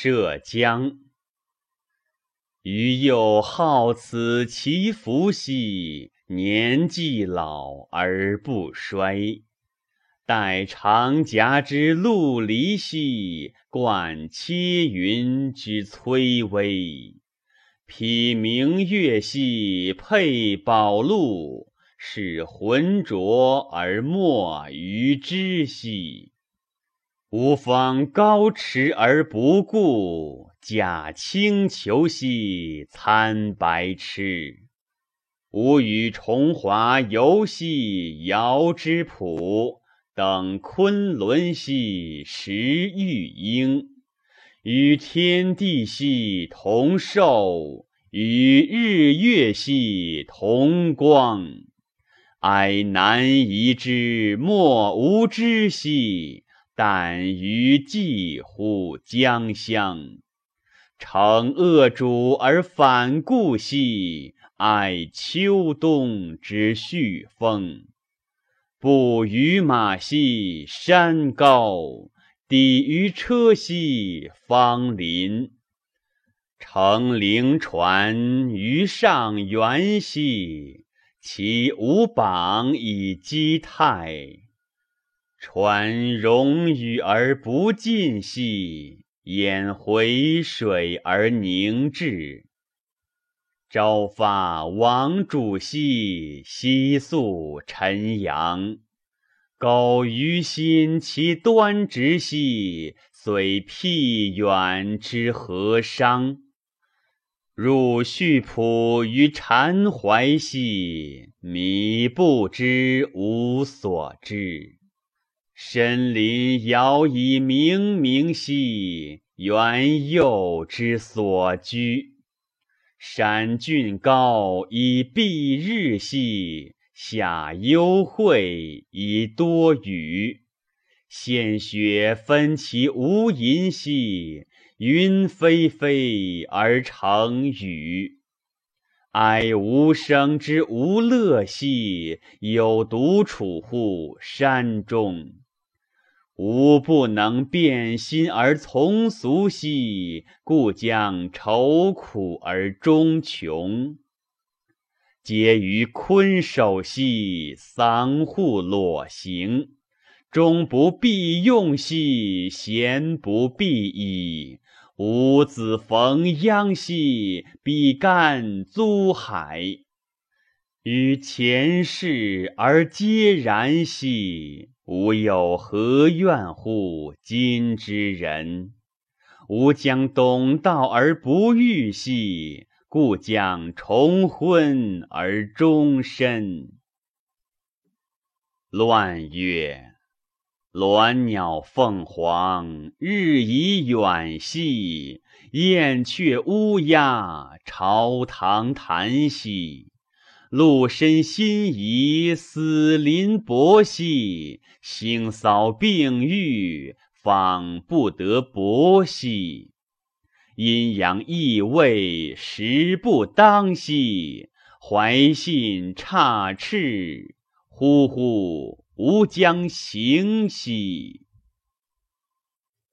涉江。余又好此其福兮，年既老而不衰。待长甲之陆离兮，贯切云之崔巍。披明月兮，佩宝禄，使浑浊而没于之兮。吾方高驰而不顾，驾轻裘兮，参白痴。吾与重华游兮，遥之浦，登昆仑兮，食玉英。与天地兮同寿，与日月兮同光。哀难移之莫无知兮，但于济乎江乡。乘恶主而反顾兮，哀秋冬之续风。不与马兮山高，抵于车兮芳林。乘灵船于上元兮，其无榜以击泰。船溶雨而不尽兮，淹回水而凝滞。朝发王主兮，夕宿陈阳。苟于心其端直兮，虽僻远之何伤。入序朴于禅怀兮，迷不知无所知。深林遥以冥冥兮，远佑之所居。山峻高以蔽日兮，下幽晦以多雨。献血分其无垠兮，云霏霏而成雨。哀吾生之无乐兮，有独处乎山中。吾不能变心而从俗兮，故将愁苦而终穷。嗟于鲲首兮，桑户裸行。终不必用兮，贤不必矣。吾子逢殃兮，必甘租海。于前世而嗟然兮，吾有何怨乎今之人？吾将懂道而不欲兮，故将重昏而终身。乱月，鸾鸟凤凰，日已远兮。燕雀乌鸦，朝堂谈兮。鹿身心仪，死临薄兮。星扫并育，方不得薄兮。阴阳异位，时不当兮。怀信差斥，呼呼吾将行兮。